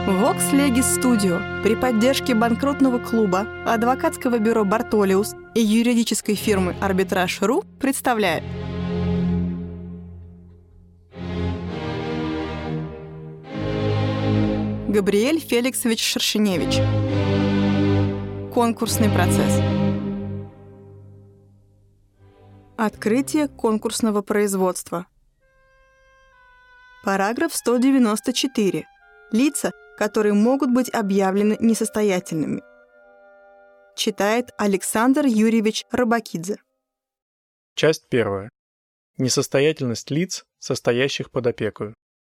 Vox Legis Studio при поддержке банкротного клуба, адвокатского бюро «Бартолиус» и юридической фирмы «Арбитраж.ру» представляет Габриэль Феликсович Шершеневич. Конкурсный процесс. Открытие конкурсного производства. Параграф 194. Лица, которые могут быть объявлены несостоятельными. Читает Александр Юрьевич Рыбакидзе. Часть 1. Несостоятельность лиц, состоящих под опекой.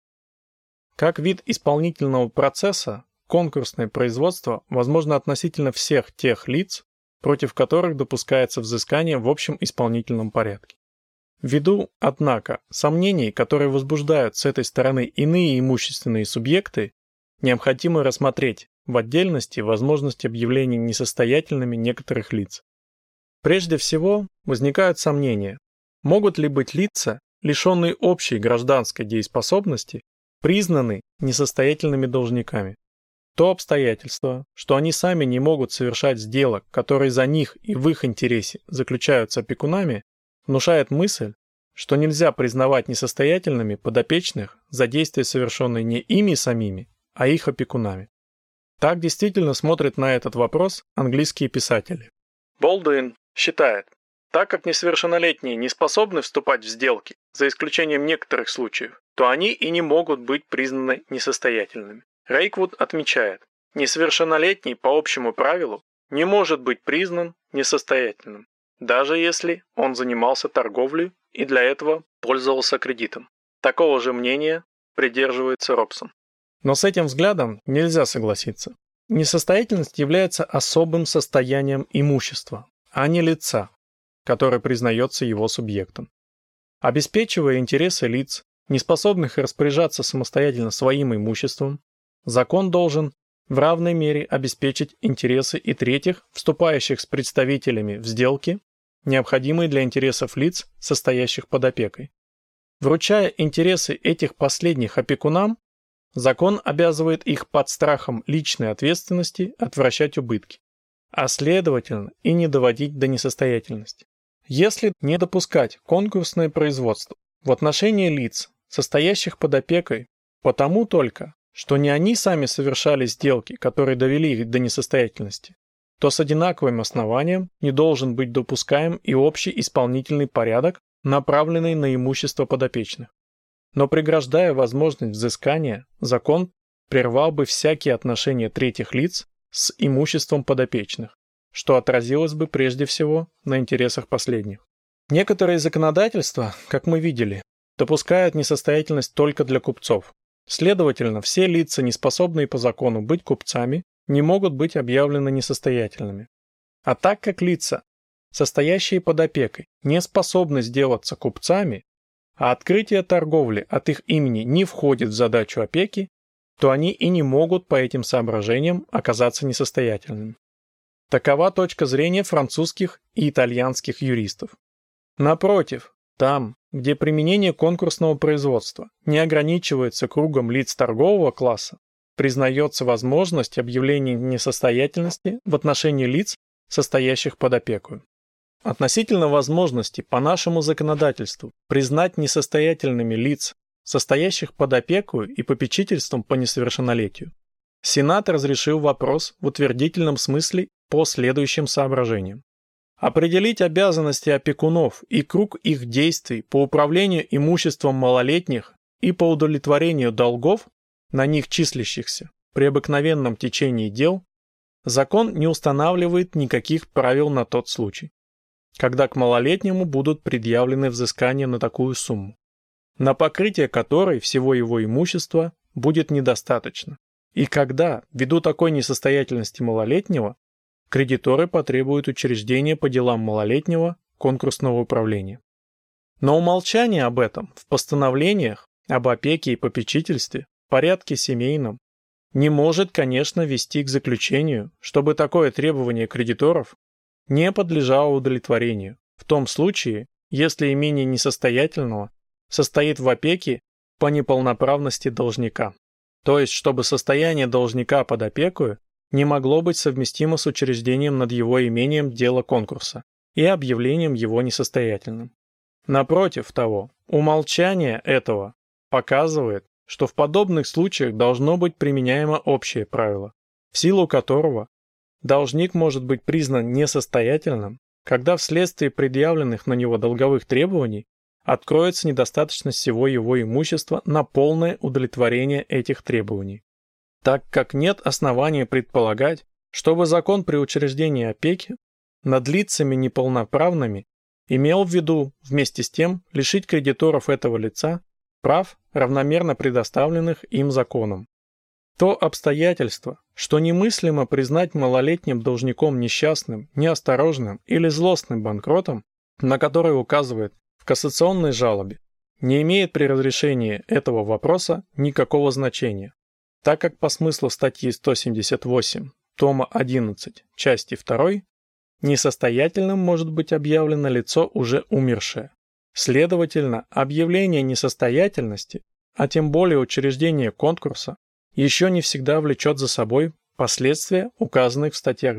Как вид исполнительного процесса, конкурсное производство возможно относительно всех тех лиц, против которых допускается взыскание в общем исполнительном порядке. Ввиду, однако, сомнений, которые возбуждают с этой стороны иные имущественные субъекты, необходимо рассмотреть в отдельности возможность объявления несостоятельными некоторых лиц. Прежде всего, возникают сомнения, могут ли быть лица, лишенные общей гражданской дееспособности, признаны несостоятельными должниками. То обстоятельство, что они сами не могут совершать сделок, которые за них и в их интересе заключаются опекунами, внушает мысль, что нельзя признавать несостоятельными подопечных за действия, совершенные не ими самими, а их опекунами. Так действительно смотрят на этот вопрос английские писатели. Болдуин считает, так как несовершеннолетние не способны вступать в сделки, за исключением некоторых случаев, то они и не могут быть признаны несостоятельными. Рейквуд отмечает, несовершеннолетний по общему правилу не может быть признан несостоятельным, даже если он занимался торговлей и для этого пользовался кредитом. Такого же мнения придерживается Робсон. Но с этим взглядом нельзя согласиться. Несостоятельность является особым состоянием имущества, а не лица, которое признается его субъектом. Обеспечивая интересы лиц, неспособных распоряжаться самостоятельно своим имуществом, закон должен в равной мере обеспечить интересы и третьих, вступающих с представителями в сделки, необходимые для интересов лиц, состоящих под опекой. Вручая интересы этих последних опекунам, закон обязывает их под страхом личной ответственности отвращать убытки, а следовательно и не доводить до несостоятельности. Если не допускать конкурсное производство в отношении лиц, состоящих под опекой, потому только, что не они сами совершали сделки, которые довели их до несостоятельности, то с одинаковым основанием не должен быть допускаем и общий исполнительный порядок, направленный на имущество подопечных. Но преграждая возможность взыскания, закон прервал бы всякие отношения третьих лиц с имуществом подопечных, что отразилось бы прежде всего на интересах последних. Некоторые законодательства, как мы видели, допускают несостоятельность только для купцов. Следовательно, все лица, неспособные по закону быть купцами, не могут быть объявлены несостоятельными. А так как лица, состоящие под опекой, не способны сделаться купцами, а открытие торговли от их имени не входит в задачу опеки, то они и не могут по этим соображениям оказаться несостоятельными. Такова точка зрения французских и итальянских юристов. Напротив, там, где применение конкурсного производства не ограничивается кругом лиц торгового класса, признается возможность объявления несостоятельности в отношении лиц, состоящих под опекой. Относительно возможности по нашему законодательству признать несостоятельными лиц, состоящих под опекой и попечительством по несовершеннолетию, Сенат разрешил вопрос в утвердительном смысле по следующим соображениям. Определить обязанности опекунов и круг их действий по управлению имуществом малолетних и по удовлетворению долгов, на них числящихся, при обыкновенном течении дел, закон не устанавливает никаких правил на тот случай, когда к малолетнему будут предъявлены взыскания на такую сумму, на покрытие которой всего его имущества будет недостаточно, и когда, ввиду такой несостоятельности малолетнего, кредиторы потребуют учреждения по делам малолетнего конкурсного управления. Но умолчание об этом в постановлениях об опеке и попечительстве, порядке семейном, не может, конечно, вести к заключению, чтобы такое требование кредиторов не подлежало удовлетворению, в том случае, если имение несостоятельного состоит в опеке по неполноправности должника. То есть, чтобы состояние должника под опекой не могло быть совместимо с учреждением над его имением дела конкурса и объявлением его несостоятельным. Напротив того, умолчание этого показывает, что в подобных случаях должно быть применяемо общее правило, в силу которого должник может быть признан несостоятельным, когда вследствие предъявленных на него долговых требований откроется недостаточность всего его имущества на полное удовлетворение этих требований, так как нет основания предполагать, чтобы закон при учреждении опеки над лицами неполноправными имел в виду вместе с тем лишить кредиторов этого лица прав, равномерно предоставленных им законом. То обстоятельство, что немыслимо признать малолетним должником несчастным, неосторожным или злостным банкротом, на которое указывает в кассационной жалобе, не имеет при разрешении этого вопроса никакого значения, так как по смыслу статьи 178, тома 11, части 2, несостоятельным может быть объявлено лицо, уже умершее. Следовательно, объявление несостоятельности, а тем более учреждение конкурса, еще не всегда влечет за собой последствия, указанных в статьях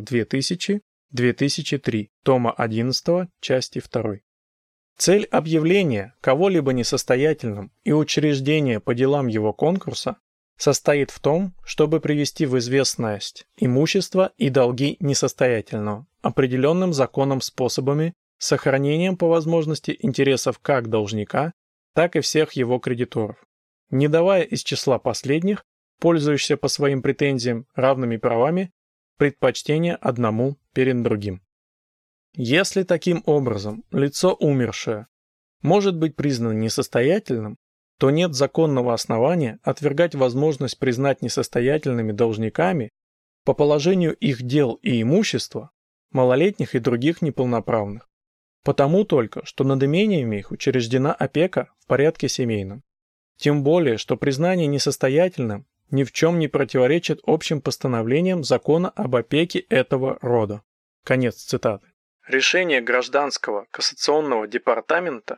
2000-2003, тома 11, части 2. Цель объявления кого-либо несостоятельным и учреждения по делам его конкурса состоит в том, чтобы привести в известность имущество и долги несостоятельного, определенным законом способами, с сохранением по возможности интересов как должника, так и всех его кредиторов, не давая из числа последних, пользующихся по своим претензиям равными правами, предпочтения одному перед другим. Если таким образом лицо умершее может быть признано несостоятельным, то нет законного основания отвергать возможность признать несостоятельными должниками по положению их дел и имущества малолетних и других неполноправных, потому только, что над имениями их учреждена опека в порядке семейном. Тем более, что признание несостоятельным ни в чем не противоречит общим постановлениям закона об опеке этого рода. Конец цитаты. Решение Гражданского кассационного департамента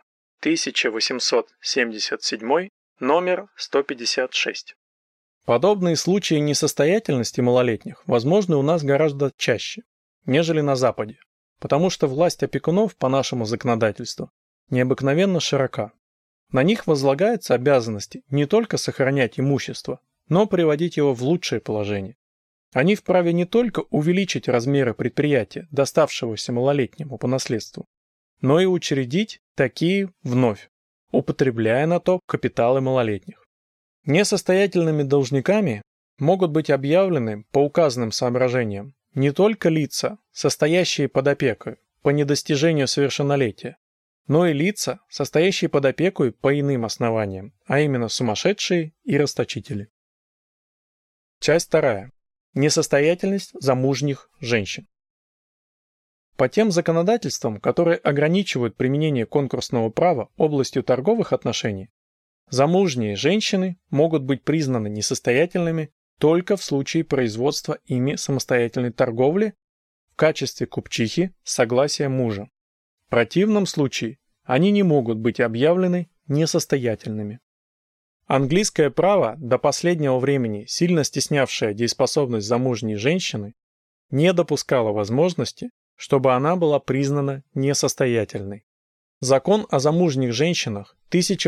1877, номер 156. Подобные случаи несостоятельности малолетних возможны у нас гораздо чаще, нежели на Западе, потому что власть опекунов по нашему законодательству необыкновенно широка. На них возлагается обязанность не только сохранять имущество, но приводить его в лучшее положение. Они вправе не только увеличить размеры предприятия, доставшегося малолетнему по наследству, но и учредить такие вновь, употребляя на то капиталы малолетних. Несостоятельными должниками могут быть объявлены по указанным соображениям не только лица, состоящие под опекой по недостижению совершеннолетия, но и лица, состоящие под опекой по иным основаниям, а именно сумасшедшие и расточители. Часть 2. Несостоятельность замужних женщин. По тем законодательствам, которые ограничивают применение конкурсного права областью торговых отношений, замужние женщины могут быть признаны несостоятельными только в случае производства ими самостоятельной торговли в качестве купчихи с согласия мужа. В противном случае они не могут быть объявлены несостоятельными. Английское право, до последнего времени сильно стеснявшее дееспособность замужней женщины, не допускало возможности, чтобы она была признана несостоятельной. Закон о замужних женщинах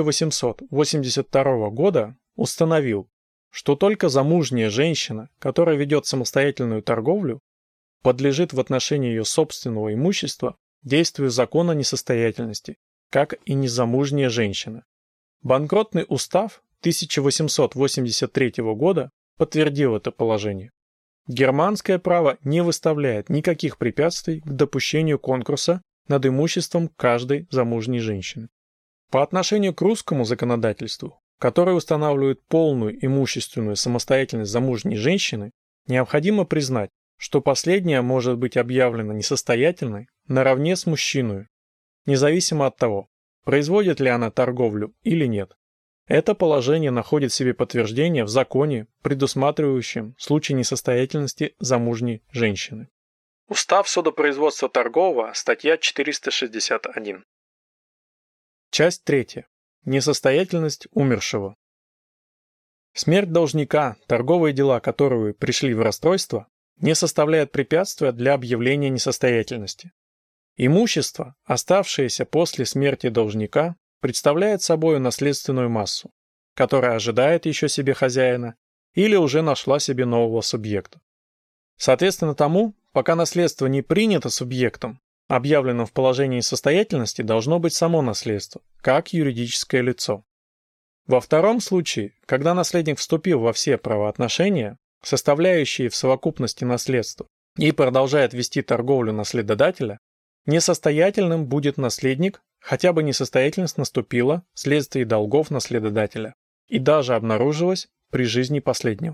1882 года установил, что только замужняя женщина, которая ведет самостоятельную торговлю, подлежит в отношении ее собственного имущества действию закона несостоятельности, как и незамужняя женщина. Банкротный устав 1883 года подтвердил это положение. Германское право не выставляет никаких препятствий к допущению конкурса над имуществом каждой замужней женщины. По отношению к русскому законодательству, которое устанавливает полную имущественную самостоятельность замужней женщины, необходимо признать, что последняя может быть объявлена несостоятельной наравне с мужчиной, независимо от того, производит ли она торговлю или нет. Это положение находит в себе подтверждение в законе, предусматривающем случай несостоятельности замужней женщины. Устав судопроизводства торгового, статья 461. Часть 3. Несостоятельность умершего. Смерть должника, торговые дела которого пришли в расстройство, не составляет препятствия для объявления несостоятельности. Имущество, оставшееся после смерти должника, представляет собой наследственную массу, которая ожидает еще себе хозяина или уже нашла себе нового субъекта. Соответственно тому, пока наследство не принято субъектом, объявленным в положении состоятельности должно быть само наследство, как юридическое лицо. Во втором случае, когда наследник вступил во все правоотношения, составляющие в совокупности наследство, и продолжает вести торговлю наследодателя, несостоятельным будет наследник, хотя бы несостоятельность наступила вследствие долгов наследодателя и даже обнаружилась при жизни последнего.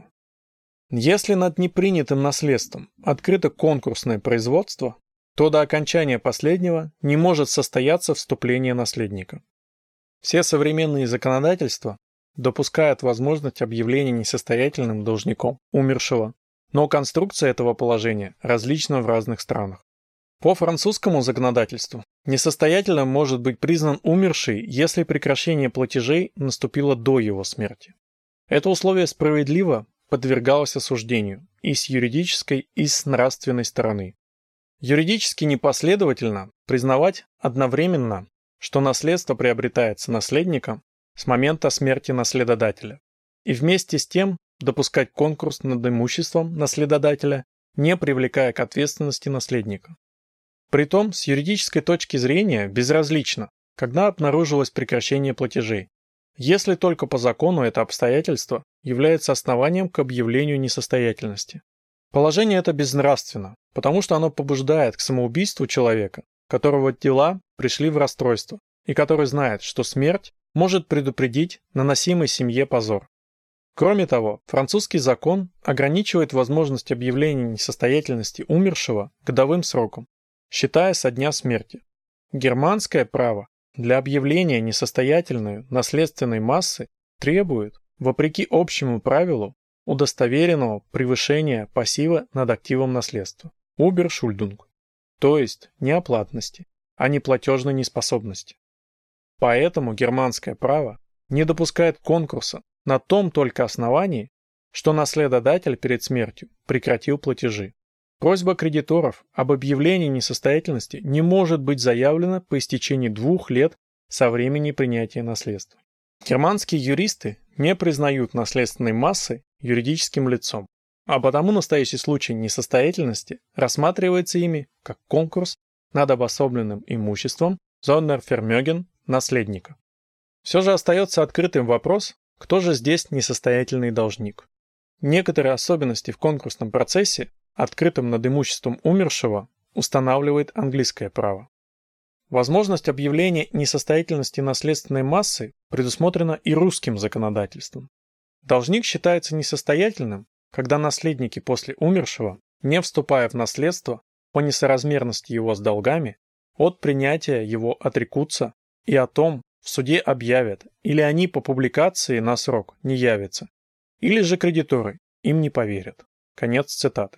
Если над непринятым наследством открыто конкурсное производство, то до окончания последнего не может состояться вступление наследника. Все современные законодательства допускают возможность объявления несостоятельным должником умершего, но конструкция этого положения различна в разных странах. По французскому законодательству несостоятельным может быть признан умерший, если прекращение платежей наступило до его смерти. Это условие справедливо подвергалось осуждению и с юридической, и с нравственной стороны. Юридически непоследовательно признавать одновременно, что наследство приобретается наследником с момента смерти наследодателя, и вместе с тем допускать конкурс над имуществом наследодателя, не привлекая к ответственности наследника. Притом, с юридической точки зрения, безразлично, когда обнаружилось прекращение платежей, если только по закону это обстоятельство является основанием к объявлению несостоятельности. Положение это безнравственно, потому что оно побуждает к самоубийству человека, которого дела пришли в расстройство, и который знает, что смерть может предупредить наносимый семье позор. Кроме того, французский закон ограничивает возможность объявления несостоятельности умершего годовым сроком, считая со дня смерти. Германское право для объявления несостоятельной наследственной массы требует, вопреки общему правилу, удостоверенного превышения пассива над активом наследства – Überschuldung, то есть неоплатности, а не платежной неспособности. Поэтому германское право не допускает конкурса на том только основании, что наследодатель перед смертью прекратил платежи. Просьба кредиторов об объявлении несостоятельности не может быть заявлена по истечении 2 лет со времени принятия наследства. Германские юристы не признают наследственной массой юридическим лицом, а потому настоящий случай несостоятельности рассматривается ими как конкурс над обособленным имуществом Sondervermögen наследника. Все же остается открытым вопрос, кто же здесь несостоятельный должник. Некоторые особенности в конкурсном процессе, открытом над имуществом умершего, устанавливает английское право. Возможность объявления несостоятельности наследственной массы предусмотрена и русским законодательством. Должник считается несостоятельным, когда наследники после умершего, не вступая в наследство по несоразмерности его с долгами, от принятия его отрекутся и о том в суде объявят, или они по публикации на срок не явятся, или же кредиторы им не поверят. Конец цитаты.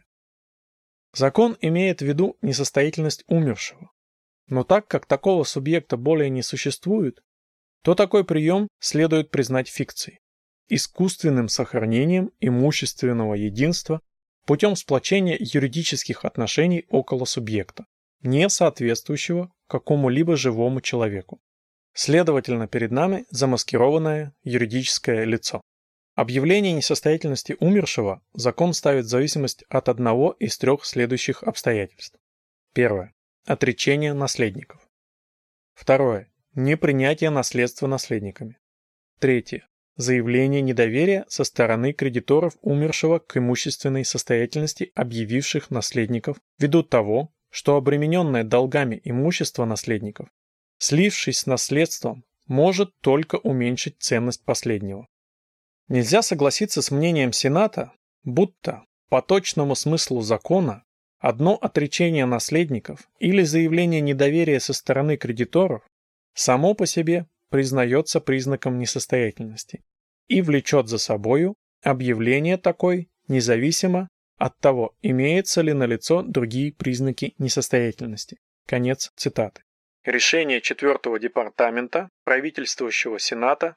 Закон имеет в виду несостоятельность умершего. Но так как такого субъекта более не существует, то такой прием следует признать фикцией, искусственным сохранением имущественного единства путем сплочения юридических отношений около субъекта, не соответствующего какому-либо живому человеку. Следовательно, перед нами замаскированное юридическое лицо. Объявление несостоятельности умершего закон ставит в зависимость от одного из 3 следующих обстоятельств. Первое. Отречение наследников. Второе. Непринятие наследства наследниками. Третье. Заявление недоверия со стороны кредиторов умершего к имущественной состоятельности объявивших наследников ввиду того, что обремененное долгами имущество наследников, слившись с наследством, может только уменьшить ценность последнего. Нельзя согласиться с мнением Сената, будто по точному смыслу закона одно отречение наследников или заявление недоверия со стороны кредиторов само по себе признается признаком несостоятельности и влечет за собою объявление такой независимо от того, имеются ли налицо другие признаки несостоятельности. Конец цитаты. Решение 4-го департамента правительствующего Сената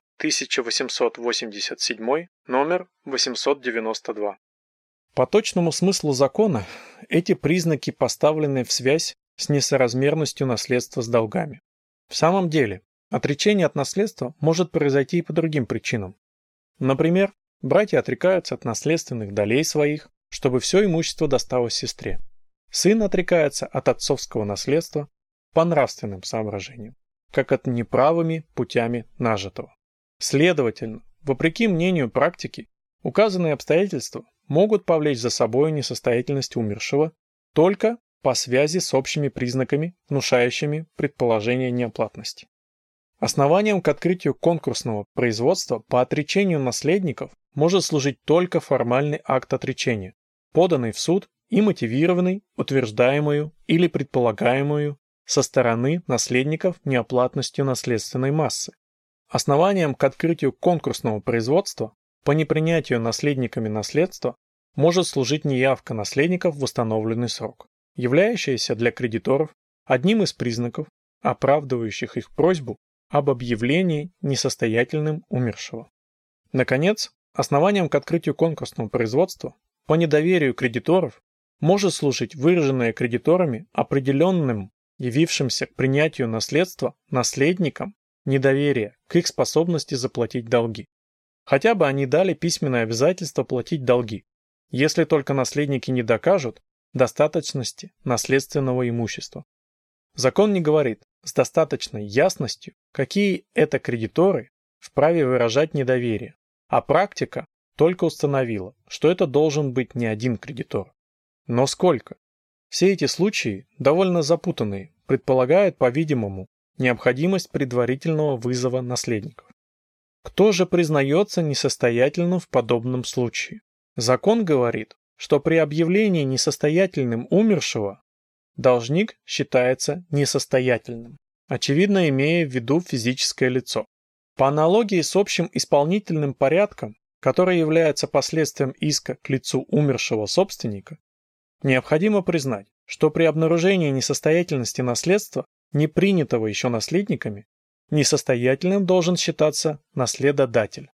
1887, номер 892. По точному смыслу закона, эти признаки поставлены в связь с несоразмерностью наследства с долгами. В самом деле, отречение от наследства может произойти и по другим причинам. Например, братья отрекаются от наследственных долей своих, чтобы все имущество досталось сестре. Сын отрекается от отцовского наследства по нравственным соображениям, как от неправыми путями нажитого. Следовательно, вопреки мнению практики, указанные обстоятельства могут повлечь за собой несостоятельность умершего только по связи с общими признаками, внушающими предположение неоплатности. Основанием к открытию конкурсного производства по отречению наследников может служить только формальный акт отречения, поданный в суд и мотивированный, утверждаемую или предполагаемую со стороны наследников неоплатностью наследственной массы. Основанием к открытию конкурсного производства по непринятию наследниками наследства может служить неявка наследников в установленный срок, являющаяся для кредиторов одним из признаков, оправдывающих их просьбу об объявлении несостоятельным умершего. Наконец, основанием к открытию конкурсного производства по недоверию кредиторов может служить выраженное кредиторами определенным, явившимся к принятию наследства наследникам, недоверие к их способности заплатить долги. Хотя бы они дали письменное обязательство платить долги, если только наследники не докажут достаточности наследственного имущества. Закон не говорит с достаточной ясностью, какие это кредиторы вправе выражать недоверие, а практика только установила, что это должен быть не один кредитор. Но сколько? Все эти случаи, довольно запутанные, предполагают, по-видимому, необходимость предварительного вызова наследников. Кто же признается несостоятельным в подобном случае? Закон говорит, что при объявлении несостоятельным умершего должник считается несостоятельным, очевидно имея в виду физическое лицо. По аналогии с общим исполнительным порядком, который является последствием иска к лицу умершего собственника, необходимо признать, что при обнаружении несостоятельности наследства, не принятого еще наследниками, несостоятельным должен считаться наследодатель.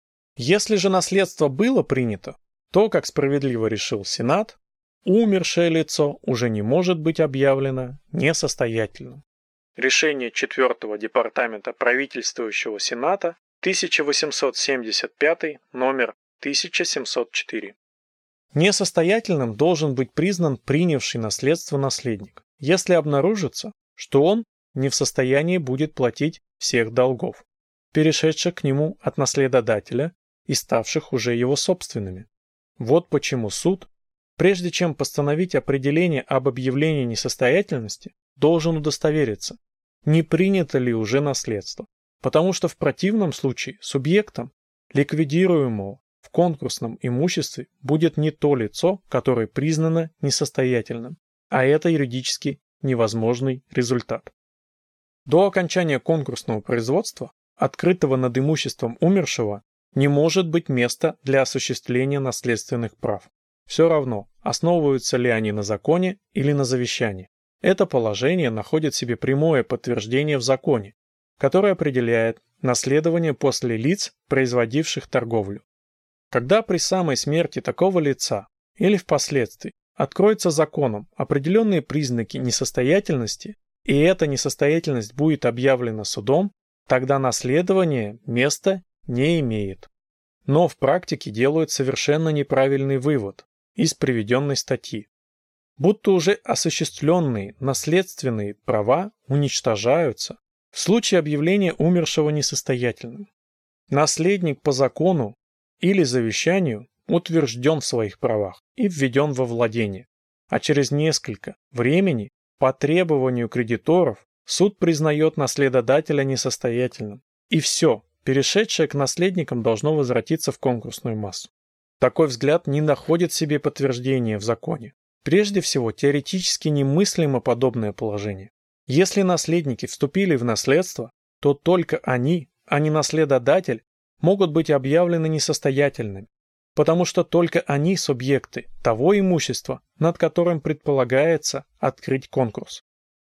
Если же наследство было принято, то, как справедливо решил Сенат, умершее лицо уже не может быть объявлено несостоятельным. Решение 4-го департамента правительствующего Сената 1875, номер 1704. Несостоятельным должен быть признан принявший наследство наследник, если обнаружится, что он не в состоянии будет платить всех долгов, перешедших к нему от наследодателя и ставших уже его собственными. Вот почему суд, прежде чем постановить определение об объявлении несостоятельности, должен удостовериться, не принято ли уже наследство, потому что в противном случае субъектом ликвидируемого в конкурсном имуществе будет не то лицо, которое признано несостоятельным, а это юридически невозможный результат. До окончания конкурсного производства, открытого над имуществом умершего, не может быть места для осуществления наследственных прав. Все равно, основываются ли они на законе или на завещании. Это положение находит в себе прямое подтверждение в законе, который определяет наследование после лиц, производивших торговлю. Когда при самой смерти такого лица или впоследствии откроются законом определенные признаки несостоятельности, и эта несостоятельность будет объявлена судом, тогда наследование места не имеет. Но в практике делают совершенно неправильный вывод из приведенной статьи. Будто уже осуществленные наследственные права уничтожаются в случае объявления умершего несостоятельным. Наследник по закону или завещанию утвержден в своих правах и введен во владение, а через несколько времени по требованию кредиторов суд признает наследодателя несостоятельным, и все, перешедшее к наследникам, должно возвратиться в конкурсную массу. Такой взгляд не находит себе подтверждения в законе. Прежде всего, теоретически немыслимо подобное положение. Если наследники вступили в наследство, то только они, а не наследодатель, могут быть объявлены несостоятельными, потому что только они субъекты того имущества, над которым предполагается открыть конкурс.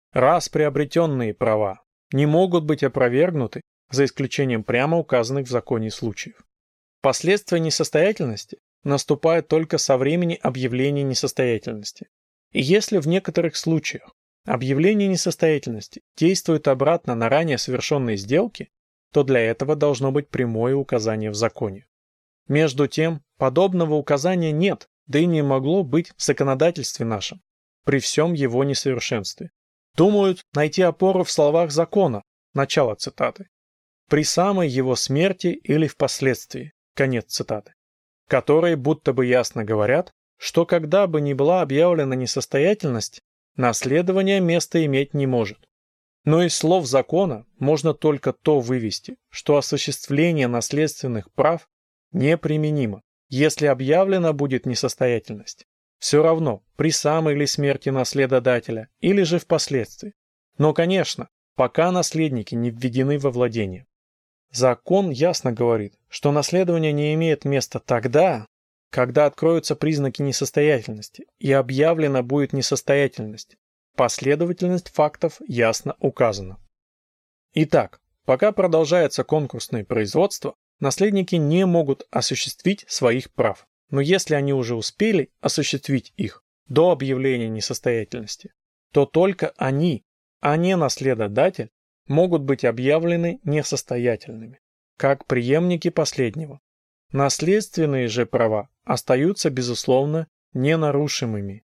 Раз приобретенные права не могут быть опровергнуты, за исключением прямо указанных в законе случаев. Последствия несостоятельности наступают только со времени объявления несостоятельности. И если в некоторых случаях объявление несостоятельности действует обратно на ранее совершенные сделки, то для этого должно быть прямое указание в законе. Между тем, подобного указания нет, да и не могло быть в законодательстве нашем, при всем его несовершенстве. Думают найти опору в словах закона, начало цитаты, при самой его смерти или впоследствии, конец цитаты, которые будто бы ясно говорят, что когда бы ни была объявлена несостоятельность, наследование места иметь не может. Но из слов закона можно только то вывести, что осуществление наследственных прав неприменимо, если объявлена будет несостоятельность. Все равно, при самой ли смерти наследодателя или же впоследствии. Но, конечно, пока наследники не введены во владение. Закон ясно говорит, что наследование не имеет места тогда, когда откроются признаки несостоятельности и объявлена будет несостоятельность. Последовательность фактов ясно указана. Итак, пока продолжается конкурсное производство, наследники не могут осуществить своих прав. Но если они уже успели осуществить их до объявления несостоятельности, то только они, а не наследодатель, могут быть объявлены несостоятельными, как преемники последнего. Наследственные же права остаются, безусловно, ненарушимыми.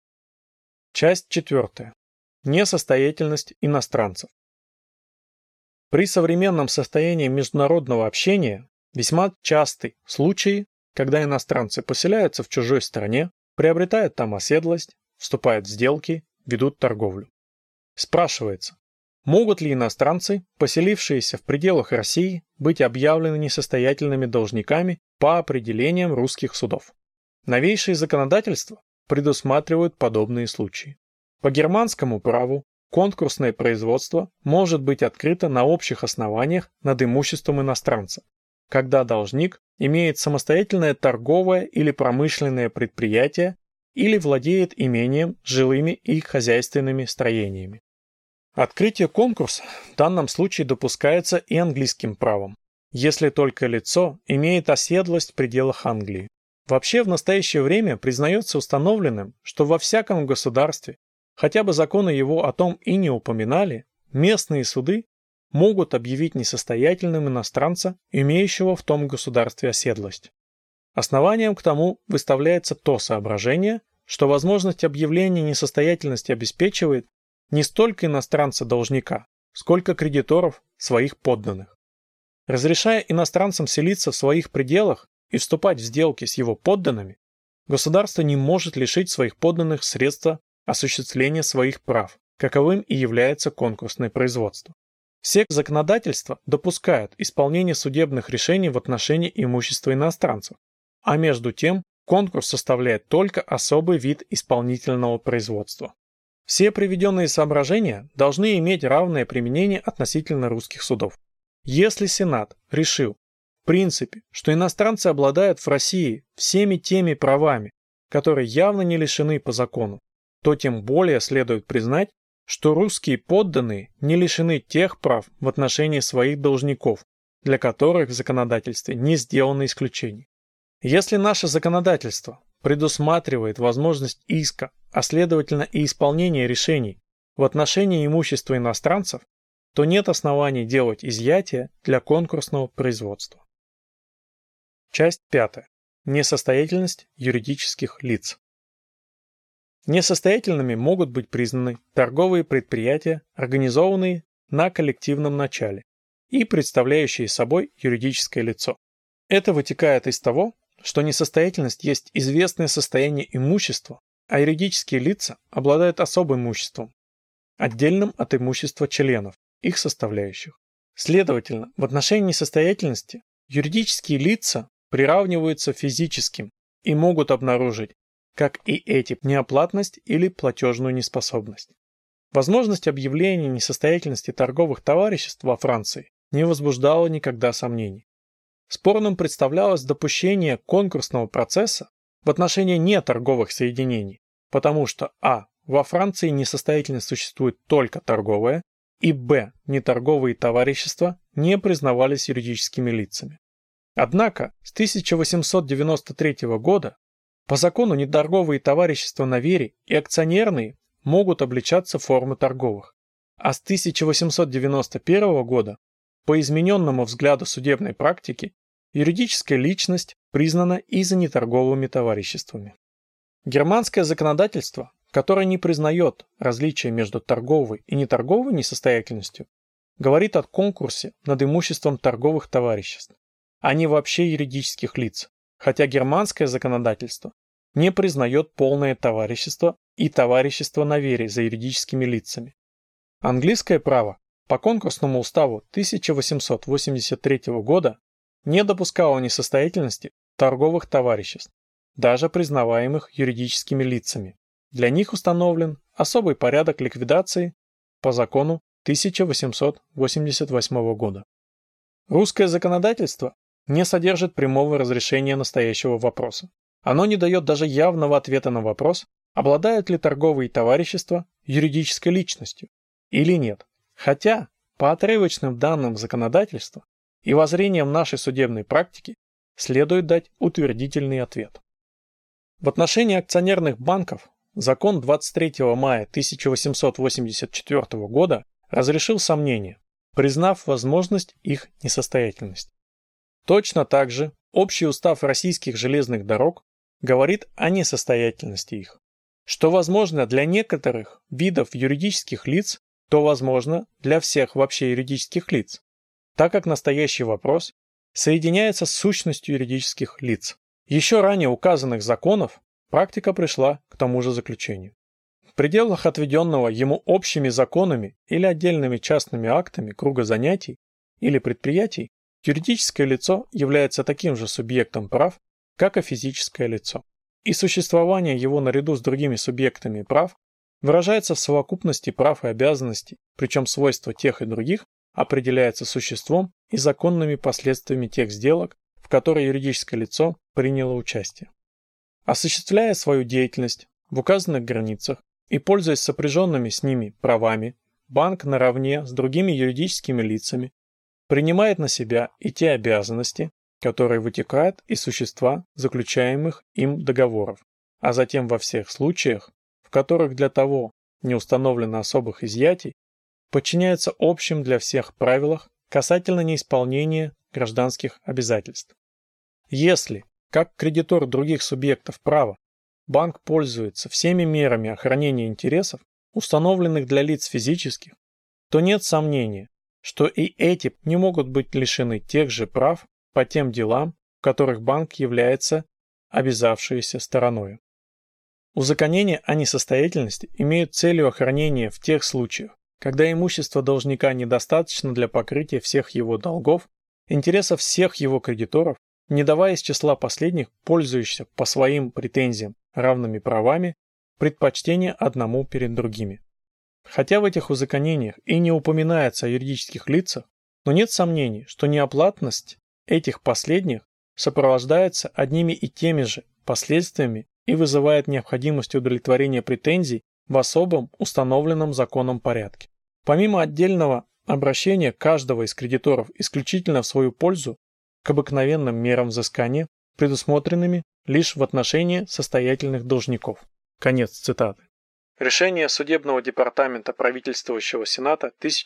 Часть 4. Несостоятельность иностранцев. При современном состоянии международного общения весьма часты случаи, когда иностранцы поселяются в чужой стране, приобретают там оседлость, вступают в сделки, ведут торговлю. Спрашивается, могут ли иностранцы, поселившиеся в пределах России, быть объявлены несостоятельными должниками по определениям русских судов? Новейшие законодательства предусматривают подобные случаи. По германскому праву конкурсное производство может быть открыто на общих основаниях над имуществом иностранца, когда должник имеет самостоятельное торговое или промышленное предприятие или владеет имением, жилыми и хозяйственными строениями. Открытие конкурса в данном случае допускается и английским правом, если только лицо имеет оседлость в пределах Англии. Вообще в настоящее время признается установленным, что во всяком государстве, хотя бы законы его о том и не упоминали, местные суды могут объявить несостоятельным иностранца, имеющего в том государстве оседлость. Основанием к тому выставляется то соображение, что возможность объявления несостоятельности обеспечивает не столько иностранца-должника, сколько кредиторов своих подданных. Разрешая иностранцам селиться в своих пределах и вступать в сделки с его подданными, государство не может лишить своих подданных средства осуществления своих прав, каковым и является конкурсное производство. Все законодательства допускают исполнение судебных решений в отношении имущества иностранцев, а между тем конкурс составляет только особый вид исполнительного производства. Все приведенные соображения должны иметь равное применение относительно русских судов. Если Сенат решил, в принципе, что иностранцы обладают в России всеми теми правами, которые явно не лишены по закону, то тем более следует признать, что русские подданные не лишены тех прав в отношении своих должников, для которых в законодательстве не сделано исключений. Если наше законодательство предусматривает возможность иска, а следовательно и исполнение решений в отношении имущества иностранцев, то нет оснований делать изъятия для конкурсного производства. Часть 5. Несостоятельность юридических лиц. Несостоятельными могут быть признаны торговые предприятия, организованные на коллективном начале и представляющие собой юридическое лицо. Это вытекает из того, что несостоятельность есть известное состояние имущества, а юридические лица обладают особым имуществом, отдельным от имущества членов, их составляющих. Следовательно, в отношении несостоятельности юридические лица приравниваются физическим и могут обнаружить, как и эти, неоплатность или платежную неспособность. Возможность объявления несостоятельности торговых товариществ во Франции не возбуждала никогда сомнений. Спорным представлялось допущение конкурсного процесса в отношении неторговых соединений, потому что а. во Франции несостоятельность существует только торговая, и б. неторговые товарищества не признавались юридическими лицами. Однако с 1893 года по закону неторговые товарищества на вере и акционерные могут обличаться в формы торговых, а с 1891 года по измененному взгляду судебной практики юридическая личность признана и за неторговыми товариществами. Германское законодательство, которое не признает различия между торговой и неторговой несостоятельностью, говорит о конкурсе над имуществом торговых товариществ, а не вообще юридических лиц, хотя германское законодательство не признает полное товарищество и товарищество на вере за юридическими лицами. Английское право по конкурсному уставу 1883 года не допускало несостоятельности торговых товариществ, даже признаваемых юридическими лицами. Для них установлен особый порядок ликвидации по закону 1888 года. Русское законодательство не содержит прямого разрешения настоящего вопроса. Оно не дает даже явного ответа на вопрос, обладают ли торговые товарищества юридической личностью или нет. Хотя, по отрывочным данным законодательства и воззрениям нашей судебной практики, следует дать утвердительный ответ. В отношении акционерных банков закон 23 мая 1884 года разрешил сомнения, признав возможность их несостоятельности. Точно так же общий устав российских железных дорог говорит о несостоятельности их. Что возможно для некоторых видов юридических лиц, то возможно для всех вообще юридических лиц, так как настоящий вопрос соединяется с сущностью юридических лиц. Еще ранее указанных законов практика пришла к тому же заключению. В пределах отведенного ему общими законами или отдельными частными актами круга занятий или предприятий, юридическое лицо является таким же субъектом прав, как и физическое лицо. И существование его наряду с другими субъектами прав выражается в совокупности прав и обязанностей, причем свойства тех и других определяется существом и законными последствиями тех сделок, в которые юридическое лицо приняло участие. Осуществляя свою деятельность в указанных границах и пользуясь сопряженными с ними правами, банк наравне с другими юридическими лицами принимает на себя и те обязанности, которые вытекают из существа заключаемых им договоров, а затем во всех случаях, в которых для того не установлено особых изъятий, подчиняется общим для всех правилах касательно неисполнения гражданских обязательств. Если, как кредитор других субъектов права, банк пользуется всеми мерами охранения интересов, установленных для лиц физических, то нет сомнения, что и эти не могут быть лишены тех же прав по тем делам, в которых банк является обязавшейся стороною. Узаконения о несостоятельности имеют целью охранения в тех случаях, когда имущество должника недостаточно для покрытия всех его долгов, интересов всех его кредиторов, не давая из числа последних, пользующихся по своим претензиям равными правами, предпочтение одному перед другими. Хотя в этих узаконениях и не упоминается о юридических лицах, но нет сомнений, что неоплатность этих последних сопровождается одними и теми же последствиями и вызывает необходимость удовлетворения претензий в особом установленном законом порядке. Помимо отдельного обращения каждого из кредиторов исключительно в свою пользу к обыкновенным мерам взыскания, предусмотренными лишь в отношении состоятельных должников. Конец цитаты. Решение Судебного департамента правительствующего Сената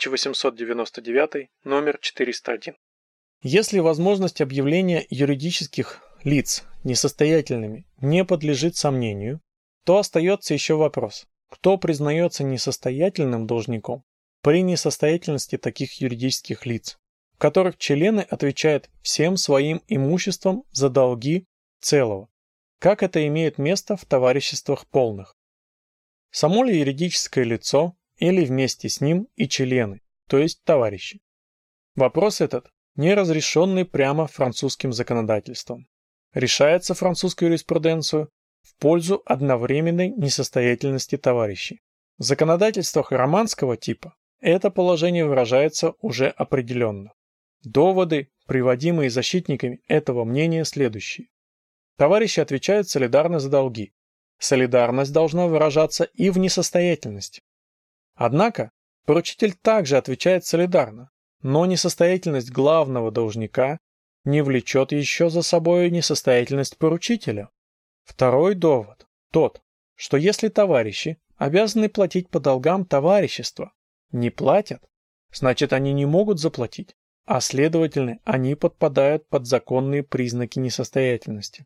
1899, номер 401. Если возможность объявления юридических лиц несостоятельными не подлежит сомнению, то остается еще вопрос, кто признается несостоятельным должником при несостоятельности таких юридических лиц, в которых члены отвечают всем своим имуществом за долги целого, как это имеет место в товариществах полных. Само ли юридическое лицо или вместе с ним и члены, то есть товарищи? Вопрос этот не разрешенный прямо французским законодательством. Решается французской юриспруденцией в пользу одновременной несостоятельности товарищей. В законодательствах романского типа это положение выражается уже определенно. Доводы, приводимые защитниками этого мнения, следующие. Товарищи отвечают солидарно за долги, Солидарность должна выражаться и в несостоятельности. Однако, поручитель также отвечает солидарно, но несостоятельность главного должника не влечет еще за собой несостоятельность поручителя. Второй довод тот, что если товарищи обязаны платить по долгам товарищества, не платят, значит они не могут заплатить, а следовательно они подпадают под законные признаки несостоятельности.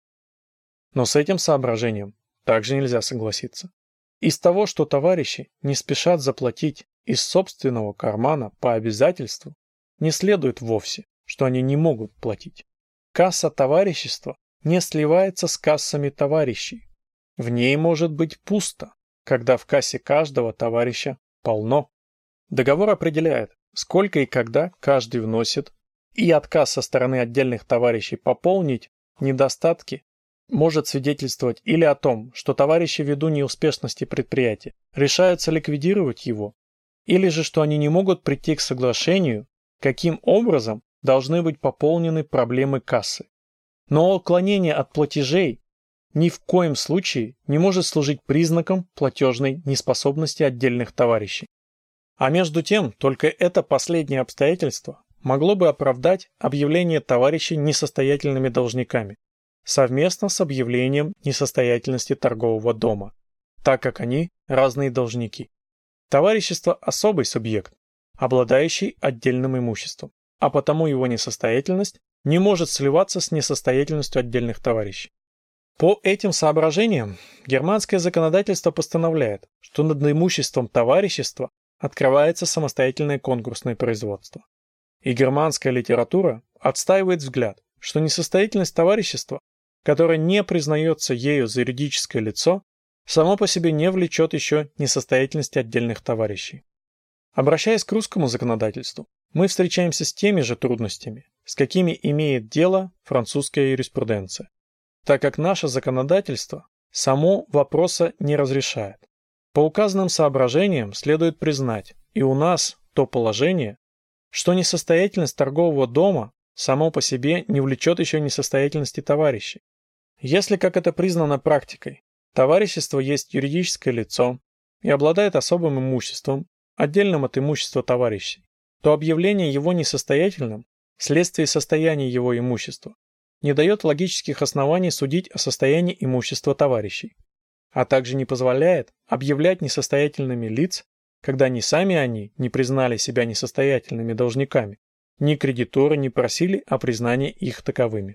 Но с этим соображением также нельзя согласиться. Из того, что товарищи не спешат заплатить из собственного кармана по обязательству, не следует вовсе, что они не могут платить. Касса товарищества не сливается с кассами товарищей. В ней может быть пусто, когда в кассе каждого товарища полно. Договор определяет, сколько и когда каждый вносит, и отказ со стороны отдельных товарищей пополнить недостатки может свидетельствовать или о том, что товарищи ввиду неуспешности предприятия решаются ликвидировать его, или же что они не могут прийти к соглашению, каким образом должны быть пополнены проблемы кассы. Но уклонение от платежей ни в коем случае не может служить признаком платежной неспособности отдельных товарищей. А между тем, только это последнее обстоятельство могло бы оправдать объявление товарищей несостоятельными должниками, совместно с объявлением несостоятельности торгового дома, так как они разные должники. Товарищество – особый субъект, обладающий отдельным имуществом, а потому его несостоятельность не может сливаться с несостоятельностью отдельных товарищей. По этим соображениям германское законодательство постановляет, что над имуществом товарищества открывается самостоятельное конкурсное производство. И германская литература отстаивает взгляд, что несостоятельность товарищества, которое не признается ею за юридическое лицо, само по себе не влечет еще несостоятельности отдельных товарищей. Обращаясь к русскому законодательству, мы встречаемся с теми же трудностями, с какими имеет дело французская юриспруденция, так как наше законодательство само вопроса не разрешает. По указанным соображениям следует признать и у нас то положение, что несостоятельность торгового дома само по себе не влечет еще несостоятельности товарищей. Если, как это признано практикой, товарищество есть юридическое лицо и обладает особым имуществом, отдельным от имущества товарищей, то объявление его несостоятельным вследствие состояния его имущества не дает логических оснований судить о состоянии имущества товарищей, а также не позволяет объявлять несостоятельными лиц, когда ни сами они не признали себя несостоятельными должниками, ни кредиторы не просили о признании их таковыми.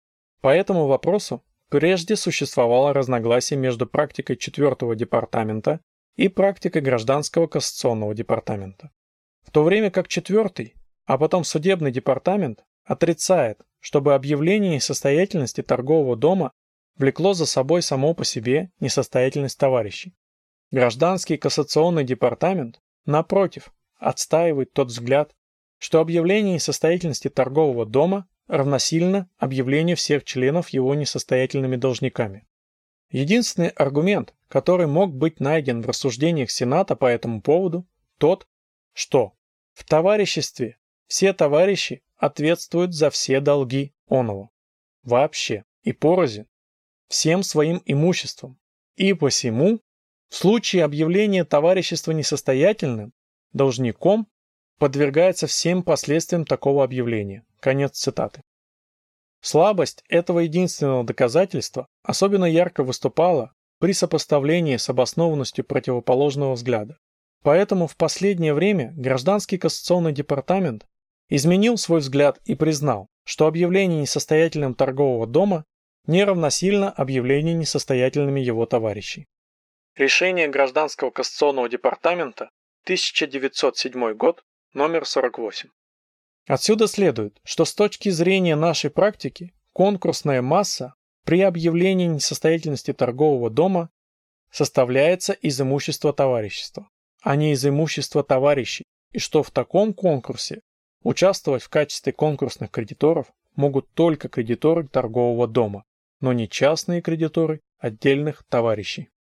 По этому вопросу прежде существовало разногласие между практикой 4-го департамента и практикой гражданского кассационного департамента. В то время как 4-й, а потом судебный департамент отрицает, чтобы объявление несостоятельности торгового дома влекло за собой само по себе несостоятельность товарищей. Гражданский кассационный департамент, напротив, отстаивает тот взгляд, что объявление несостоятельности торгового дома равносильно объявлению всех членов его несостоятельными должниками. Единственный аргумент, который мог быть найден в рассуждениях Сената по этому поводу, тот, что в товариществе все товарищи ответствуют за все долги оного, вообще и порознь, всем своим имуществом, и посему в случае объявления товарищества несостоятельным должником подвергается всем последствиям такого объявления. Конец цитаты. Слабость этого единственного доказательства особенно ярко выступала при сопоставлении с обоснованностью противоположного взгляда. Поэтому в последнее время Гражданский кассационный департамент изменил свой взгляд и признал, что объявление несостоятельным торгового дома не равносильно объявлению несостоятельными его товарищей. Решение Гражданского кассационного департамента, 1907 год, номер 48. Отсюда следует, что с точки зрения нашей практики конкурсная масса при объявлении несостоятельности торгового дома составляется из имущества товарищества, а не из имущества товарищей, и что в таком конкурсе участвовать в качестве конкурсных кредиторов могут только кредиторы торгового дома, но не частные кредиторы отдельных товарищей.